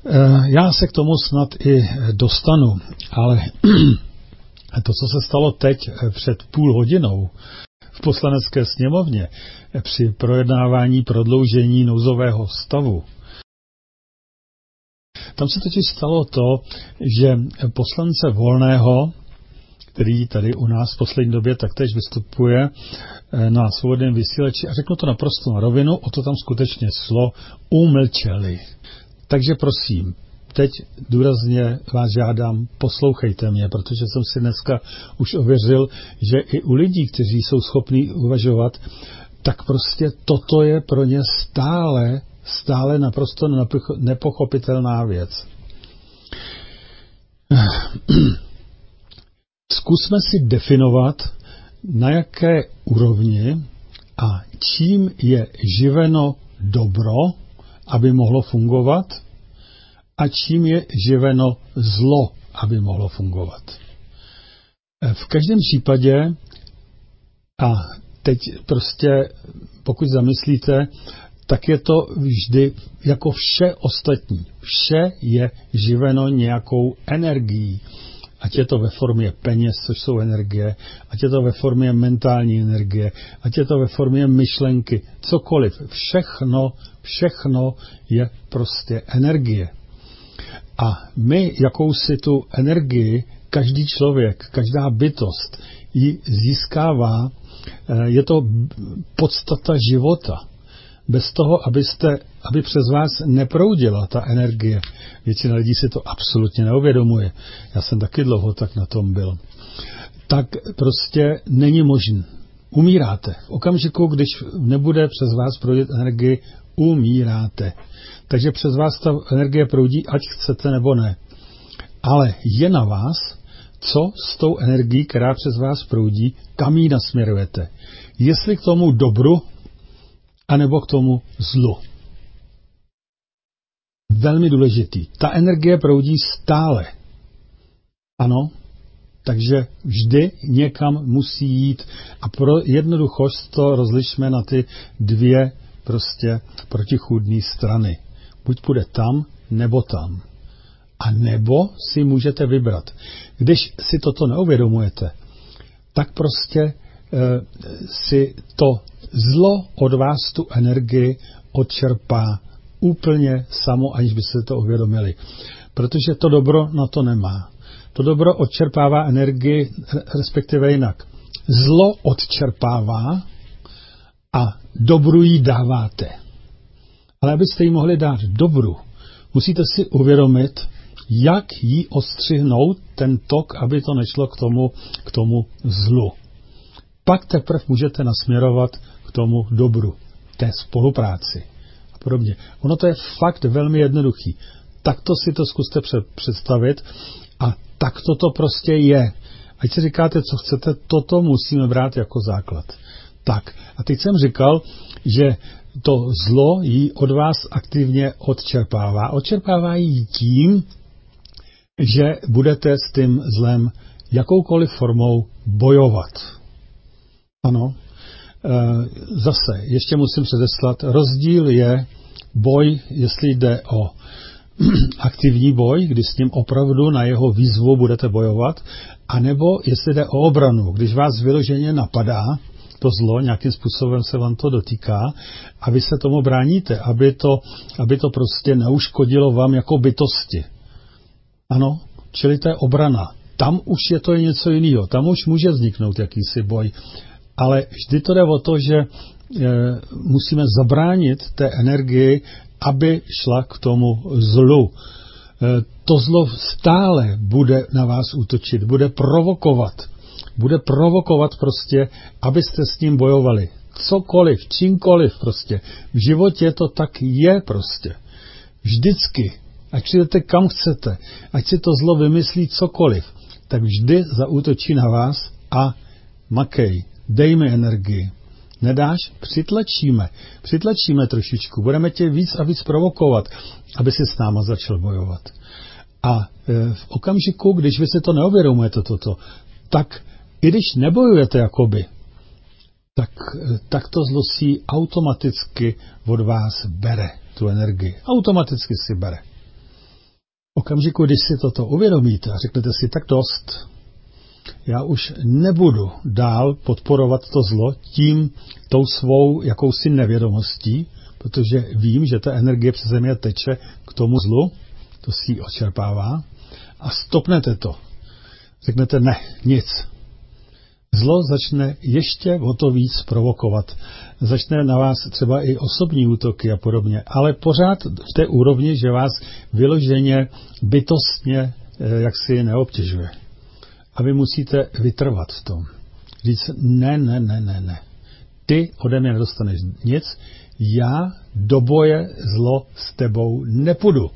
Já se k tomu snad i dostanu, ale to, co se stalo teď před půl hodinou v Poslanecké sněmovně při projednávání prodloužení nouzového stavu, tam se totiž stalo to, že poslance Volného, který tady u nás v poslední době taktéž vystupuje na Svobodném vysílači, a řeknu to naprosto na rovinu, o to tam skutečně šlo, umlčeli. Takže prosím, teď důrazně vás žádám, poslouchejte mě, protože jsem si dneska už ověřil, že i u lidí, kteří jsou schopní uvažovat, tak prostě toto je pro ně stále naprosto nepochopitelná věc. Zkusme si definovat, na jaké úrovni a čím je živeno dobro, aby mohlo fungovat, a čím je živeno zlo, aby mohlo fungovat. V každém případě, a teď prostě, pokud zamyslíte, tak je to vždy jako vše ostatní. Vše je živeno nějakou energií. Ať je to ve formě peněz, což jsou energie, ať je to ve formě mentální energie, ať je to ve formě myšlenky, cokoliv. Všechno je prostě energie. A my jakousi tu energii, každý člověk, každá bytost ji získává, je to podstata života. Bez toho, aby přes vás neproudila ta energie. Většina lidí si to absolutně neuvědomuje. Já jsem taky dlouho tak na tom byl. Tak prostě není možné. Umíráte. V okamžiku, když nebude přes vás proudit energii, umíráte. Takže přes vás ta energie proudí, ať chcete nebo ne. Ale je na vás, co s tou energií, která přes vás proudí, kam ji nasměrujete. Jestli k tomu dobru, anebo k tomu zlu. Velmi důležitý. Ta energie proudí stále. Ano, takže vždy někam musí jít. A pro jednoduchost to rozlišme na ty dvě prostě protichůdné strany. Buď půjde tam, nebo tam. A nebo si můžete vybrat. Když si toto neuvědomujete, tak prostě si to zlo od vás tu energii odčerpá úplně samo, aniž byste to uvědomili. Protože to dobro na to nemá. To dobro odčerpává energii, respektive jinak. Zlo odčerpává a dobru jí dáváte. Ale abyste jí mohli dát dobru, musíte si uvědomit, jak jí ostřihnout ten tok, aby to nešlo k tomu zlu. Pak teprve můžete nasměrovat k tomu dobru, té spolupráci a podobně. Ono to je fakt velmi jednoduchý. Takto si to zkuste představit a takto to prostě je. Ať si říkáte, co chcete, toto musíme brát jako základ. Tak, a teď jsem říkal, že to zlo jí od vás aktivně odčerpává. Odčerpává jí tím, že budete s tím zlem jakoukoliv formou bojovat. Ano, zase, ještě musím předeslat, rozdíl je boj, jestli jde o aktivní boj, kdy s ním opravdu na jeho výzvu budete bojovat, anebo jestli jde o obranu, když vás vyloženě napadá, to zlo, nějakým způsobem se vám to dotýká a vy se tomu bráníte, aby to prostě neuškodilo vám jako bytosti. Ano, čili to je obrana. Tam už je to něco jiného, tam už může vzniknout jakýsi boj. Ale vždy to jde o to, že musíme zabránit té energii, aby šla k tomu zlu. To zlo stále bude na vás útočit, bude provokovat prostě, abyste s ním bojovali. Cokoliv, čímkoliv prostě. V životě to tak je prostě. Vždycky, ať přijdete kam chcete, ať si to zlo vymyslí cokoliv, tak vždy zaútočí na vás a makej. Dej mi energii. Nedáš? Přitlačíme trošičku. Budeme tě víc a víc provokovat, aby si s náma začal bojovat. A v okamžiku, když vy si to neuvědomujete tak i když nebojujete jakoby, tak to zlo si automaticky od vás bere tu energii. Automaticky si bere. okamžiku, když si toto uvědomíte a řeknete si tak dost, já už nebudu dál podporovat to zlo tou svou jakousi nevědomostí, protože vím, že ta energie přeze mě teče k tomu zlu, to si ji odčerpává, a stopnete to. Řeknete ne, nic. Zlo začne ještě o to víc provokovat. Začne na vás třeba i osobní útoky a podobně, ale pořád v té úrovni, že vás vyloženě bytostně jaksi neobtěžuje. A vy musíte vytrvat v tom. Říct ne. Ty ode mě nedostaneš nic, já do boje zlo s tebou nepůjdu.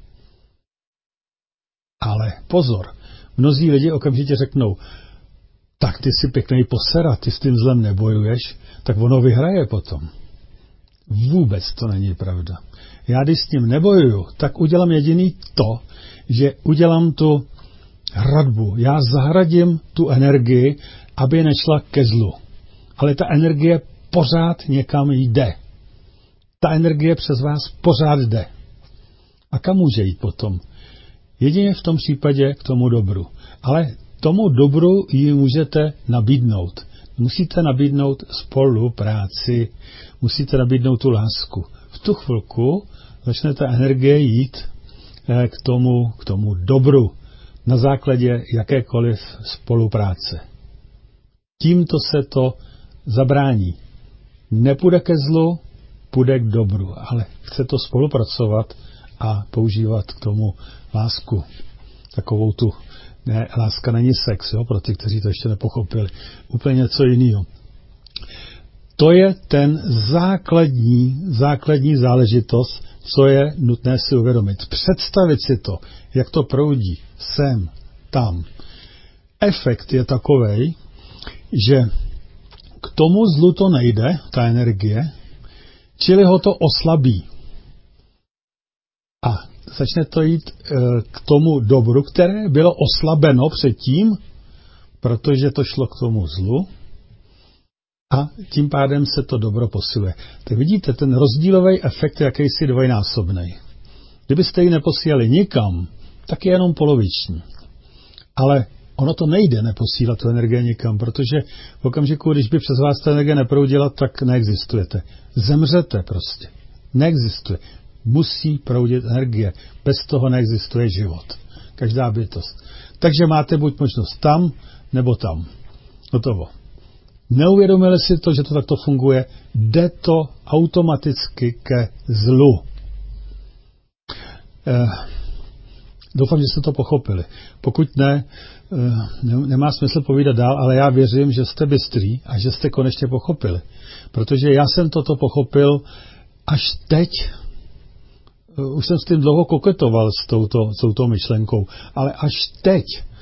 Ale pozor, mnozí lidi okamžitě řeknou, tak ty si pěknej posera, ty s tím zlem nebojuješ, tak ono vyhraje potom. Vůbec to není pravda. Já když s tím nebojuju, tak udělám jediný to, že udělám tu hradbu. Já zahradím tu energii, aby nešla ke zlu. Ale ta energie pořád někam jde. Ta energie přes vás pořád jde. A kam může jít potom? Jedině v tom případě k tomu dobru. Ale tomu dobru ji můžete nabídnout. Musíte nabídnout spolupráci, musíte nabídnout tu lásku. V tu chvilku začne ta energie jít k tomu dobru na základě jakékoliv spolupráce. Tímto se to zabrání. Nepůjde ke zlu, půjde k dobru, ale chce to spolupracovat a používat k tomu lásku. Takovou tu, ne, láska není sex, jo, pro ty, kteří to ještě nepochopili. Úplně něco jiného. To je ten základní záležitost, co je nutné si uvědomit. Představit si to, jak to proudí sem, tam. Efekt je takovej, že k tomu zlu to nejde, ta energie, čili ho to oslabí. A začne to jít k tomu dobru, které bylo oslabeno předtím, protože to šlo k tomu zlu, a tím pádem se to dobro posiluje. Tak vidíte, ten rozdílový efekt je jakýsi dvojnásobný. Kdybyste ji neposílali nikam, tak je jenom poloviční. Ale ono to nejde neposílat tu energii nikam, protože v okamžiku, když by přes vás ta energie neproudila, tak neexistujete. Zemřete prostě. Neexistuje. Musí proudit energie. Bez toho neexistuje život. Každá bytost. Takže máte buď možnost tam, nebo tam. Hotovo. Neuvědomili si to, že to takto funguje, jde to automaticky ke zlu. Doufám, že jste to pochopili. Pokud ne, nemá smysl povídat dál, ale já věřím, že jste bystrý a že jste konečně pochopili. Protože já jsem toto pochopil až teď. Už jsem s tím dlouho koketoval s touto myšlenkou, ale až teď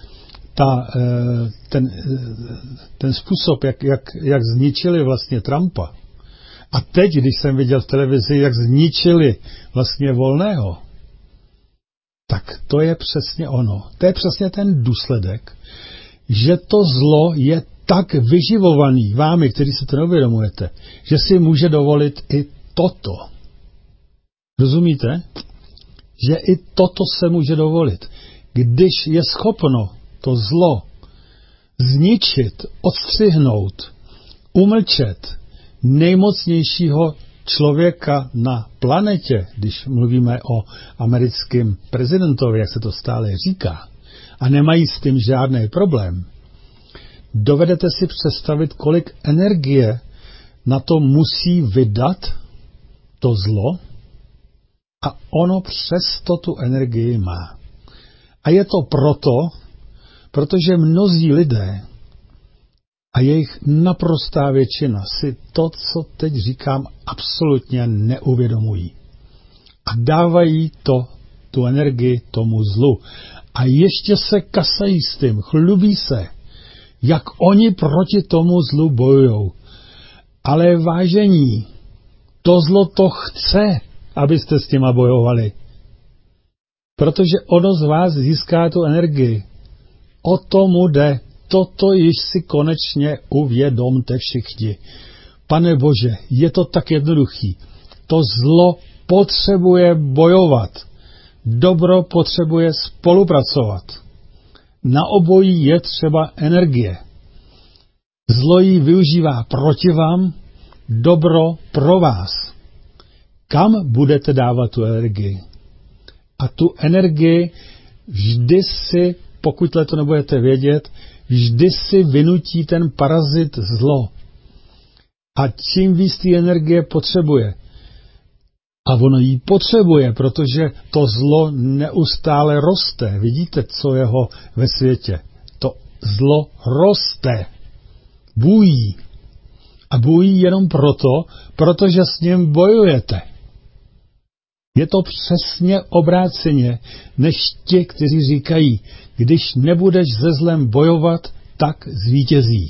ten způsob, jak zničili vlastně Trumpa, a teď, když jsem viděl v televizi, jak zničili vlastně Volného, tak to je přesně ono. To je přesně ten důsledek, že to zlo je tak vyživovaný vámi, kteří se to neuvědomujete, že si může dovolit i toto. Rozumíte? Že i toto se může dovolit. Když je schopno to zlo zničit, odstřihnout, umlčet nejmocnějšího člověka na planetě, když mluvíme o americkém prezidentovi, jak se to stále říká, a nemají s tím žádný problém, dovedete si představit, kolik energie na to musí vydat to zlo, a ono přesto tu energii má. A je to protože mnozí lidé a jejich naprostá většina si to, co teď říkám, absolutně neuvědomují. A dávají tu energii tomu zlu. A ještě se kasají s tím, chlubí se, jak oni proti tomu zlu bojujou. Ale vážení, to zlo to chce, abyste s těma bojovali. Protože ono z vás získá tu energii. O tomu jde. Toto již si konečně uvědomte všichni. Pane Bože, je to tak jednoduchý. To zlo potřebuje bojovat. Dobro potřebuje spolupracovat. Na obojí je třeba energie. Zlo ji využívá proti vám, dobro pro vás. Kam budete dávat tu energii? A tu energii vždy si, pokud to nebudete vědět, vždy si vynutí ten parazit zlo. A čím víc té energie potřebuje, a ono ji potřebuje, protože to zlo neustále roste. Vidíte, co je ho ve světě? To zlo roste. Bují. A bují jenom proto, protože s ním bojujete. Je to přesně obráceně, než ti, kteří říkají, když nebudeš se zlem bojovat, tak zvítězí.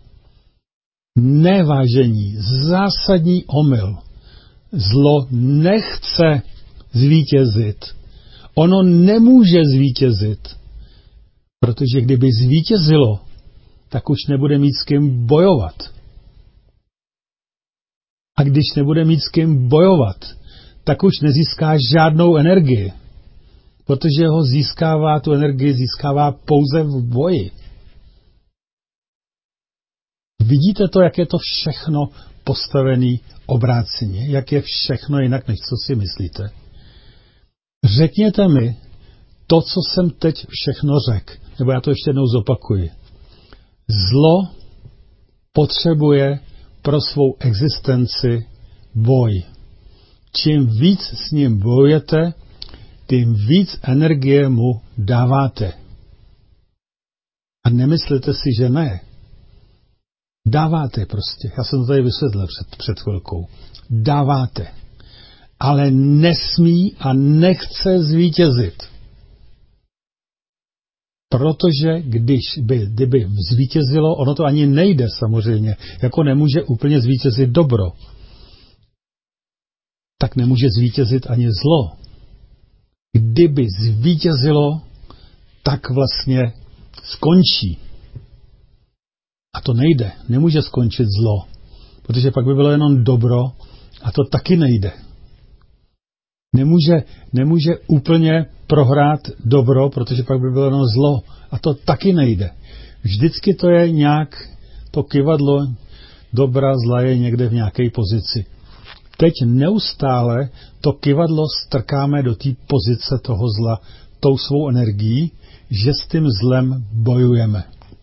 Nevážení, zásadní omyl. Zlo nechce zvítězit. Ono nemůže zvítězit. Protože kdyby zvítězilo, tak už nebude mít s kým bojovat. A když nebude mít s kým bojovat, tak už nezíská žádnou energii. Protože tu energii získává pouze v boji. Vidíte to, jak je to všechno postavený obráceně, jak je všechno jinak, než co si myslíte. Řekněte mi to, co jsem teď všechno řekl, nebo já to ještě jednou zopakuji. Zlo potřebuje pro svou existenci boj. Čím víc s ním bojujete, tím víc energie mu dáváte. A nemyslete si, že ne. Dáváte prostě. Já jsem to tady vysvětlil před chvilkou. Dáváte. Ale nesmí a nechce zvítězit. Protože kdyby zvítězilo, ono to ani nejde samozřejmě, jako nemůže úplně zvítězit dobro, tak nemůže zvítězit ani zlo. Kdyby zvítězilo, tak vlastně skončí. A to nejde. Nemůže skončit zlo, protože pak by bylo jenom dobro a to taky nejde. Nemůže úplně prohrát dobro, protože pak by bylo jenom zlo a to taky nejde. Vždycky to je nějak, to kyvadlo dobra, zla je někde v nějaké pozici. Teď neustále to kyvadlo strkáme do té pozice toho zla tou svou energií, že s tím zlem bojujeme.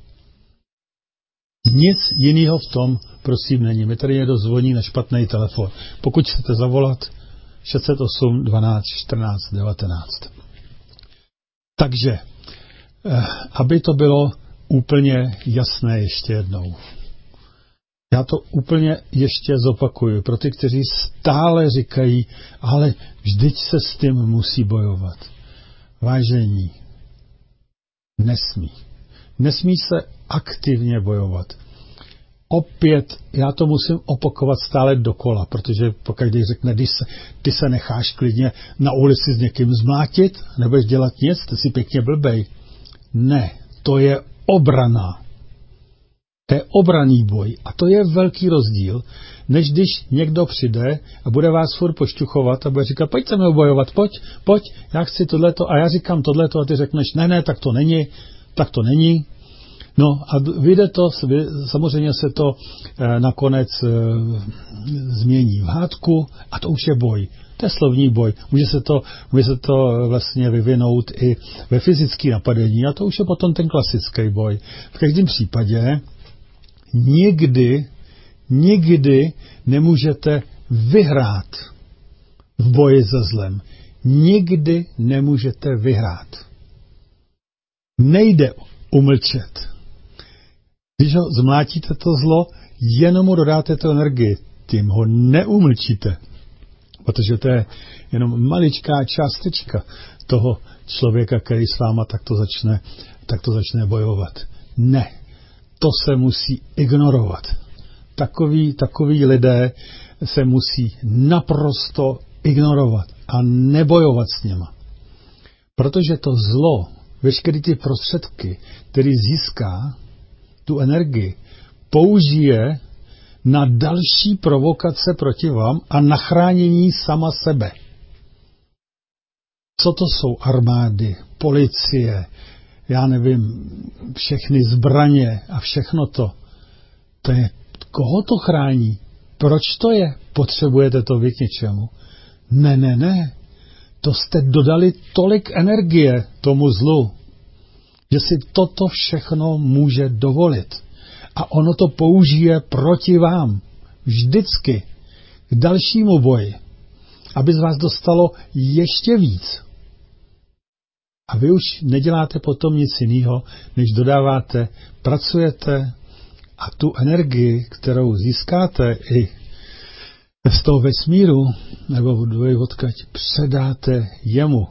Nic jiného v tom, prosím, není. Mi tady někdo zvoní na špatný telefon. Pokud chcete zavolat, 608 12 14 19. Takže, aby to bylo úplně jasné ještě jednou. Já to úplně ještě zopakuju pro ty, kteří stále říkají, ale vždyť se s tím musí bojovat. Vážení, nesmí. Nesmí se aktivně bojovat. Opět, já to musím opakovat stále dokola, protože pokud když řekne, ty se necháš klidně na ulici s někým zmlátit, nebudeš dělat nic, ty jsi pěkně blbej. Ne, to je obrana. To je obranný boj a to je velký rozdíl, než když někdo přijde a bude vás furt pošťuchovat a bude říkat, pojď se mnou bojovat, pojď, já chci tohleto a já říkám tohleto a ty řekneš, ne, tak to není. No a vyjde to, samozřejmě se to nakonec změní v hádku a to už je boj. To je slovní boj. Může se to vlastně vyvinout i ve fyzické napadení a to už je potom ten klasický boj. V každém případě nikdy nemůžete vyhrát v boji se zlem. Nikdy nemůžete vyhrát. Nejde umlčet. Když ho zmlátíte to zlo, jenom mu dodáte tu energii. Tím ho neumlčíte. Protože to je jenom maličká částečka toho člověka, který s váma takto začne bojovat. Ne. To se musí ignorovat. Takoví lidé se musí naprosto ignorovat a nebojovat s něma. Protože to zlo, veškeré ty prostředky, který získá tu energii, použije na další provokace proti vám a na chránění sama sebe. Co to jsou armády, policie, já nevím, všechny zbraně a všechno to? To je, koho to chrání? Proč to je? Potřebujete to vy k něčemu? Ne. To jste dodali tolik energie tomu zlu, že si toto všechno může dovolit. A ono to použije proti vám. Vždycky. K dalšímu boji. Aby z vás dostalo ještě víc. A vy už neděláte potom nic jiného, než dodáváte, pracujete a tu energii, kterou získáte i z toho vesmíru, nebo odkud předáte jemu.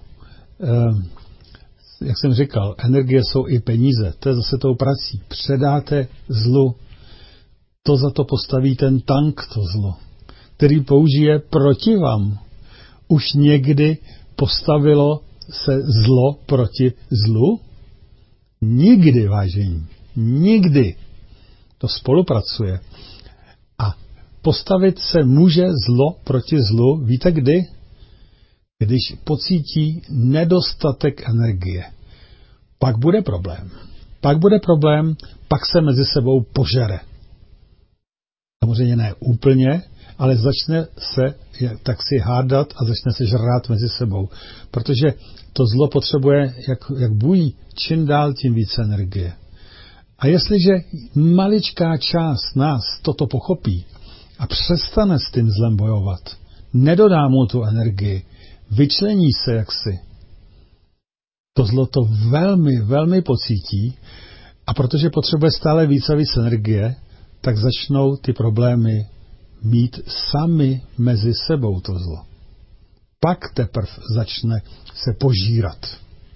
Jak jsem říkal, energie jsou i peníze, to je zase tou prací. Předáte zlu, to za to postaví ten tank, to zlo, který použije proti vám. Už někdy postavilo se zlo proti zlu? Nikdy, vážení, nikdy. To spolupracuje. A postavit se může zlo proti zlu, víte kdy? Když pocítí nedostatek energie. Pak bude problém. Pak se mezi sebou požere. Samozřejmě ne úplně, ale začne se tak si hádat a začne se žrát mezi sebou. Protože to zlo potřebuje, jak bují, čím dál, tím více energie. A jestliže maličká část nás toto pochopí a přestane s tím zlem bojovat, nedodá mu tu energii, vyčlení se jaksi, to zlo to velmi, velmi pocítí a protože potřebuje stále víc a víc energie, tak začnou ty problémy mít sami mezi sebou to zlo. Pak teprve začne se požírat.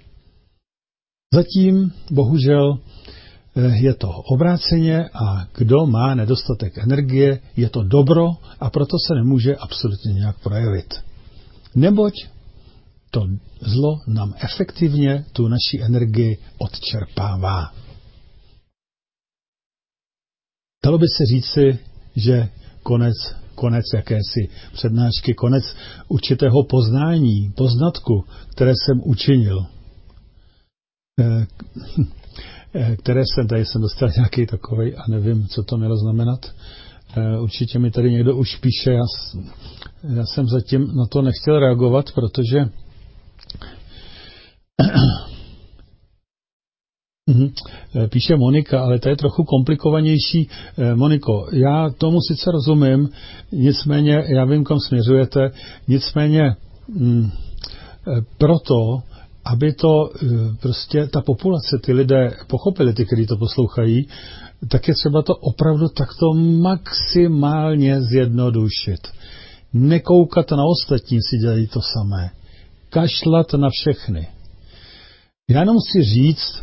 Zatím, bohužel, je to obráceně a kdo má nedostatek energie, je to dobro a proto se nemůže absolutně nějak projevit. Neboť to zlo nám efektivně tu naši energii odčerpává. Dalo by se říci, že konec jakési přednášky, konec určitého poznatku, které jsem učinil. Tady jsem dostal nějaký takovej a nevím, co to mělo znamenat. Určitě mi tady někdo už píše, já jsem zatím na to nechtěl reagovat, protože píše Monika, ale to je trochu komplikovanější. Moniko, já tomu sice rozumím, nicméně já vím, kam směřujete, nicméně proto, aby to prostě ta populace, ty lidé pochopili, ty, kteří to poslouchají, tak je třeba to opravdu takto maximálně zjednodušit. Nekoukat na ostatní, si dělají to samé. Kašlat na všechny. Já jenom chci říct,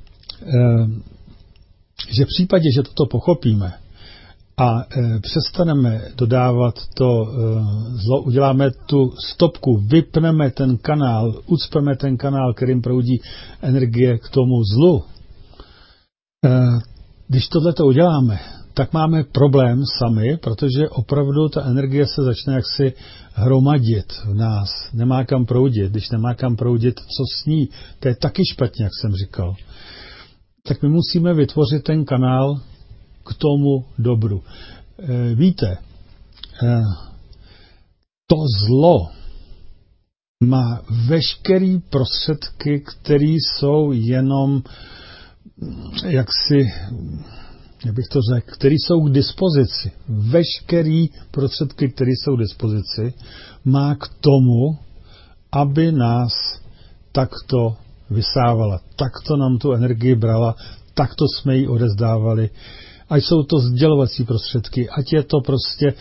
že v případě, že toto pochopíme a přestaneme dodávat to zlo, uděláme tu stopku, vypneme ten kanál, ucpeme ten kanál, kterým proudí energie k tomu zlu. Když tohleto uděláme, tak máme problém sami, protože opravdu ta energie se začne jaksi hromadit v nás. Nemá kam proudit. Když nemá kam proudit, co s ní? To je taky špatně, jak jsem říkal. Tak my musíme vytvořit ten kanál k tomu dobru. Víte, to zlo má veškeré prostředky, které jsou jenom, jak bych to řekl, které jsou k dispozici. Veškeré prostředky, které jsou k dispozici, má k tomu, aby nás takto vysávala. Takto nám tu energii brala, takto jsme ji odezdávali. Ať jsou to sdělovací prostředky, ať je to prostě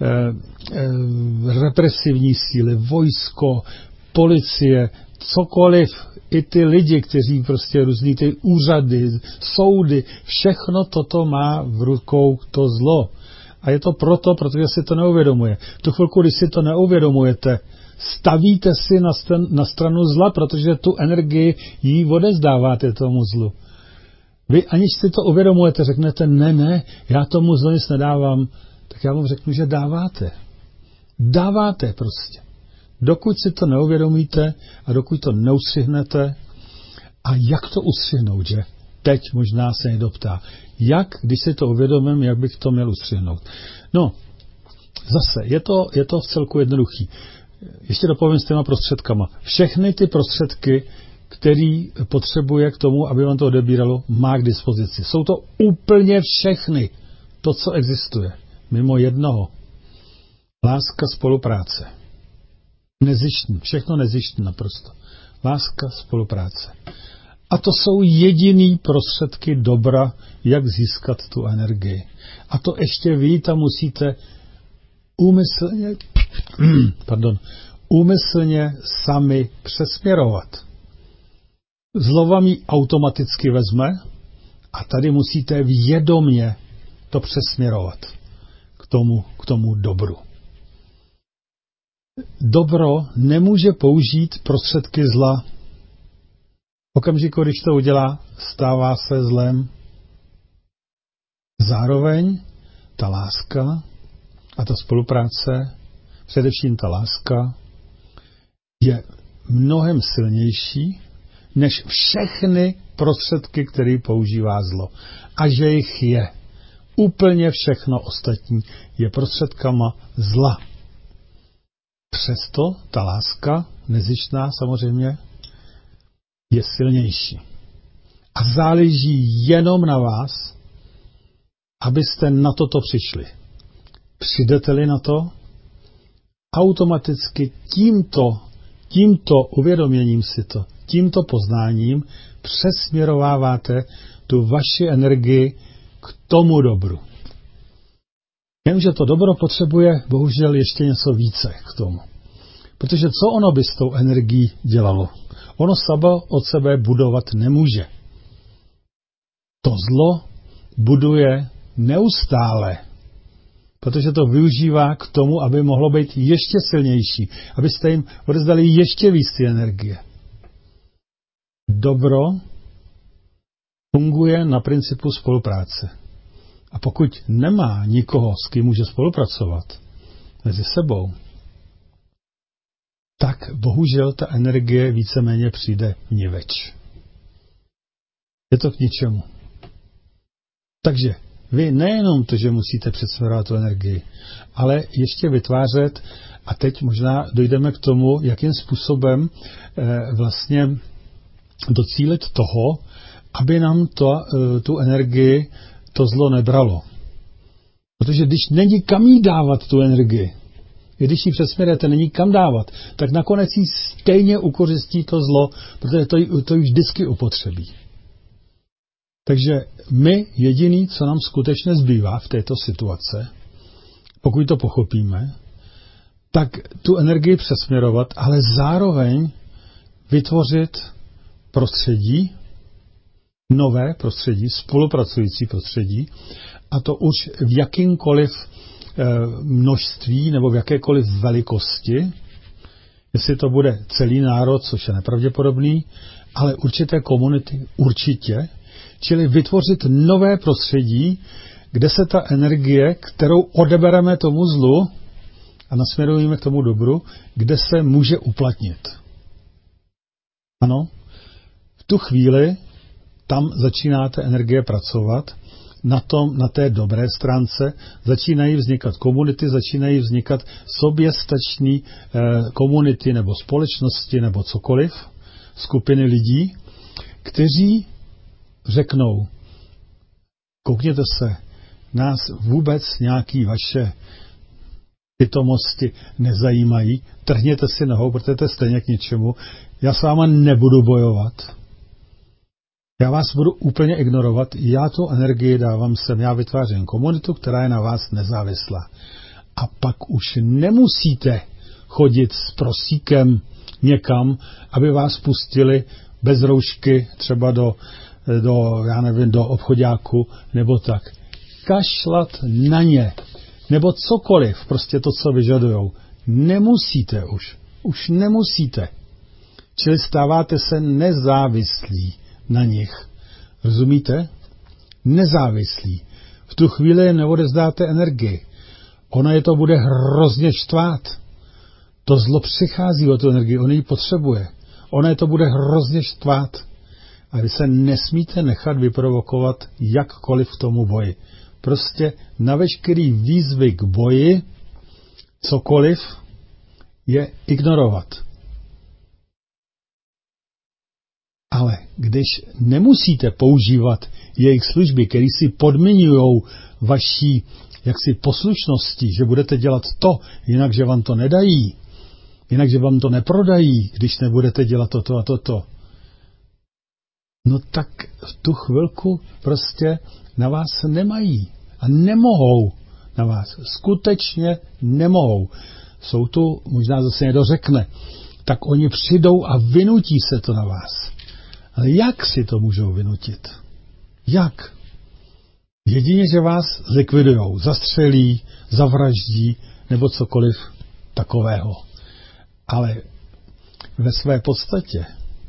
represivní síly, vojsko, policie, cokoliv, i ty lidi, kteří prostě různý ty úřady, soudy, všechno toto má v rukou to zlo. A je to proto, protože si to neuvědomuje. V tu chvilku, když si to neuvědomujete, stavíte si na stranu zla, protože tu energii jí odezdáváte tomu zlu. Vy aniž si to uvědomujete, řeknete, ne, já tomu zlo nic nedávám, tak já vám řeknu, že dáváte. Dáváte prostě. Dokud si to neuvědomíte a dokud to neustřihnete, a jak to ustřihnout, že? Teď možná se někdo ptá, když si to uvědomím, jak bych to měl ustřihnout. No, zase, je to v celku jednoduchý. Ještě dopovím s těma prostředkama. Všechny ty prostředky, který potřebuje k tomu, aby vám to odebíralo, má k dispozici. Jsou to úplně všechny. To, co existuje. Mimo jednoho. Láska, spolupráce. Nezištní. Všechno nezištní naprosto. Láska, spolupráce. A to jsou jediný prostředky dobra, jak získat tu energii. A to ještě vy tam musíte úmyslně sami přesměrovat. Zlo vám ji automaticky vezme a tady musíte vědomě to přesměrovat k tomu dobru. Dobro nemůže použít prostředky zla. V okamžiku, když to udělá, stává se zlem. Zároveň ta láska a ta spolupráce, především ta láska, je mnohem silnější než všechny prostředky, které používá zlo. A že jich je. Úplně všechno ostatní je prostředkama zla. Přesto ta láska, nezištná samozřejmě, je silnější. A záleží jenom na vás, abyste na toto přišli. Přijdete-li na to, automaticky tímto uvědoměním si to, tímto poznáním přesměrováváte tu vaši energii k tomu dobru. Jenže to dobro potřebuje bohužel ještě něco více k tomu. Protože co ono by s tou energií dělalo? Ono samo od sebe budovat nemůže. To zlo buduje neustále, protože to využívá k tomu, aby mohlo být ještě silnější, abyste jim odezdali ještě víc ty energie. Dobro funguje na principu spolupráce. A pokud nemá nikoho, s kým může spolupracovat mezi sebou, tak bohužel ta energie víceméně přijde vniveč. Je to k ničemu. Takže vy nejenom to, že musíte přesměrovat tu energii, ale ještě vytvářet, a teď možná dojdeme k tomu, jakým způsobem vlastně docílit toho, aby nám tu energii to zlo nebralo. Protože když není kam jí dávat tu energii, i když ji přesměrujete, není kam dávat, tak nakonec jí stejně ukořistí to zlo, protože to už vždycky upotřebí. Takže my jediný, co nám skutečně zbývá v této situaci, pokud to pochopíme, tak tu energii přesměrovat, ale zároveň vytvořit prostředí, nové prostředí, spolupracující prostředí, a to už v jakýmkoliv množství nebo v jakékoliv velikosti, jestli to bude celý národ, což je nepravděpodobný, ale určité komunity určitě, čili vytvořit nové prostředí, kde se ta energie, kterou odebereme tomu zlu a nasměrujeme k tomu dobru, kde se může uplatnit. Ano, v tu chvíli tam začíná ta energie pracovat, na té dobré stránce začínají vznikat komunity, začínají vznikat soběstačné komunity nebo společnosti nebo cokoliv, skupiny lidí, kteří řeknou, koukněte se, nás vůbec nějaký vaše pitomosti nezajímají, trhněte si nohou, protože to je stejně k ničemu, já s váma nebudu bojovat, já vás budu úplně ignorovat, já tu energii dávám sem, já vytvářím komunitu, která je na vás nezávislá. A pak už nemusíte chodit s prosíkem někam, aby vás pustili bez roušky třeba do obchoďáku nebo tak. Kašlat na ně, nebo cokoliv, prostě to, co vyžadujou. Nemusíte už. Už nemusíte. Čili stáváte se nezávislí na nich. Rozumíte? Nezávislí. V tu chvíli neodevzdáte energii. Ona je to bude hrozně štvát. To zlo přichází o tu energii, on ji potřebuje. Ono je to bude hrozně štvát. A vy se nesmíte nechat vyprovokovat jakkoliv k tomu boji. Prostě na veškerý výzvy k boji, cokoliv, je ignorovat. Ale když nemusíte používat jejich služby, které si podmiňují vaší jaksi poslušnosti, že budete dělat to, jinak, že vám to nedají, jinak, že vám to neprodají, když nebudete dělat toto a toto, no tak v tu chvilku prostě na vás nemají a nemohou na vás. Skutečně nemohou. Jsou tu, možná zase někdo řekne, tak oni přijdou a vynutí se to na vás. Ale jak si to můžou vynutit? Jak? Jedině, že vás zlikvidujou, zastřelí, zavraždí nebo cokoliv takového. Ale ve své podstatě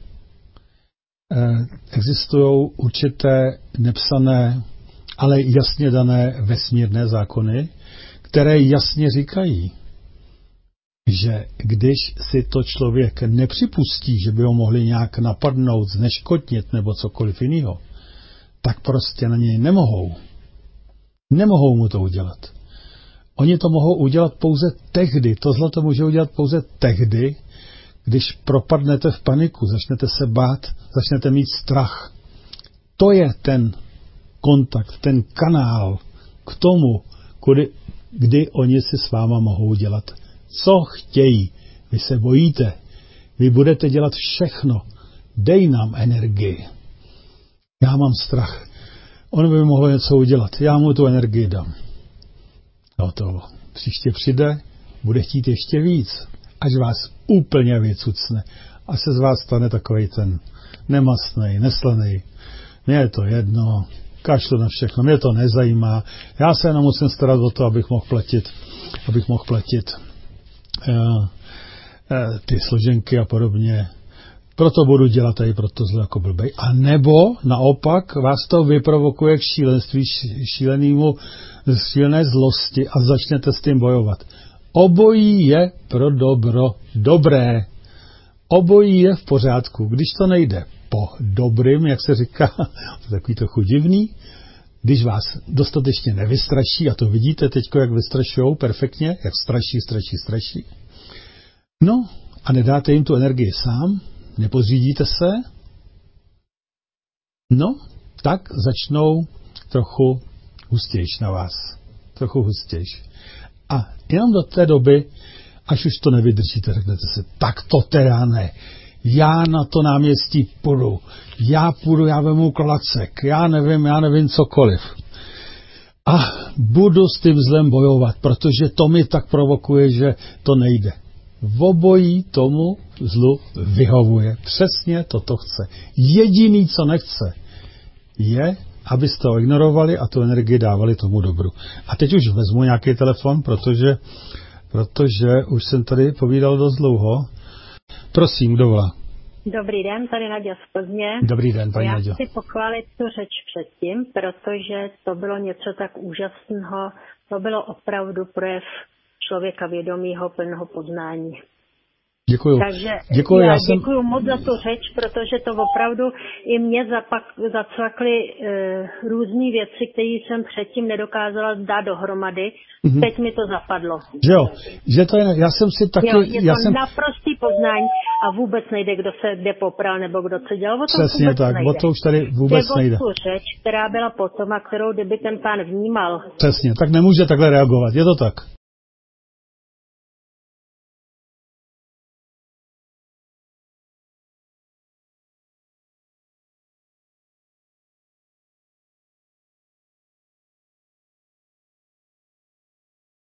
existují určité nepsané, ale jasně dané vesmírné zákony, které jasně říkají, že když si to člověk nepřipustí, že by ho mohli nějak napadnout, zneškodnit nebo cokoliv jiného, tak prostě na něj nemohou. Nemohou mu to udělat. Oni to mohou udělat pouze tehdy, to zlo to může udělat pouze tehdy, když propadnete v paniku, začnete se bát, začnete mít strach. To je ten kontakt, ten kanál k tomu, kdy oni si s váma mohou dělat, co chtějí. Vy se bojíte. Vy budete dělat všechno. Dej nám energii. Já mám strach. On by mohl něco udělat. Já mu tu energii dám. No to příště přijde, bude chtít ještě víc. Až vás úplně vycucne. Až se z vás stane takovej ten nemastnej, neslanej. Mně je to jedno, kašlu na všechno, mě to nezajímá. Já se jenom musím starat o to, abych mohl platit ty složenky a podobně. Proto budu dělat tady proto zlo jako blbej. A nebo naopak vás to vyprovokuje k šílenství, šílené zlosti a začnete s tím bojovat. Obojí je pro dobré. Obojí je v pořádku. Když to nejde po dobrým, jak se říká, to je takový trochu divný, když vás dostatečně nevystraší, a to vidíte teď, jak vystrašujou perfektně, jak straší. No a nedáte jim tu energii sám, nepodřídíte se, no, tak začnou trochu hustějš na vás. Trochu hustějš. A jenom do té doby, až už to nevydržíte, řeknete si, tak to teda ne. Já na to náměstí půjdu. Já vemu klacek. Já nevím cokoliv. A budu s tím zlem bojovat, protože to mi tak provokuje, že to nejde. V obojí tomu zlu vyhovuje. Přesně toto chce. Jediný, co nechce, je, abyste ho ignorovali a tu energii dávali tomu dobru. A teď už vezmu nějaký telefon, protože už jsem tady povídal dost dlouho. Prosím, kdo volá? Dobrý den, tady Naďa z Plzně. Dobrý den, paní Naďo. Já chci pochválit tu řeč předtím, protože to bylo něco tak úžasného. To bylo opravdu projev člověka vědomího, plného poznání. Děkuju. Takže děkuju moc za tu řeč, protože to opravdu i mě zacvakly různé věci, které jsem předtím nedokázala dát dohromady. Mm-hmm. Teď mi to zapadlo. Jo, že to je, já jsem si taky... Je to naprostý poznání a vůbec nejde, kdo se kde popral nebo kdo co dělal. O tom přesně vůbec tak, nejde. o to už tady vůbec nejde. Tu řeč, která byla potom a kterou kdyby ten pán vnímal. Přesně, tak nemůže takhle reagovat, je to tak.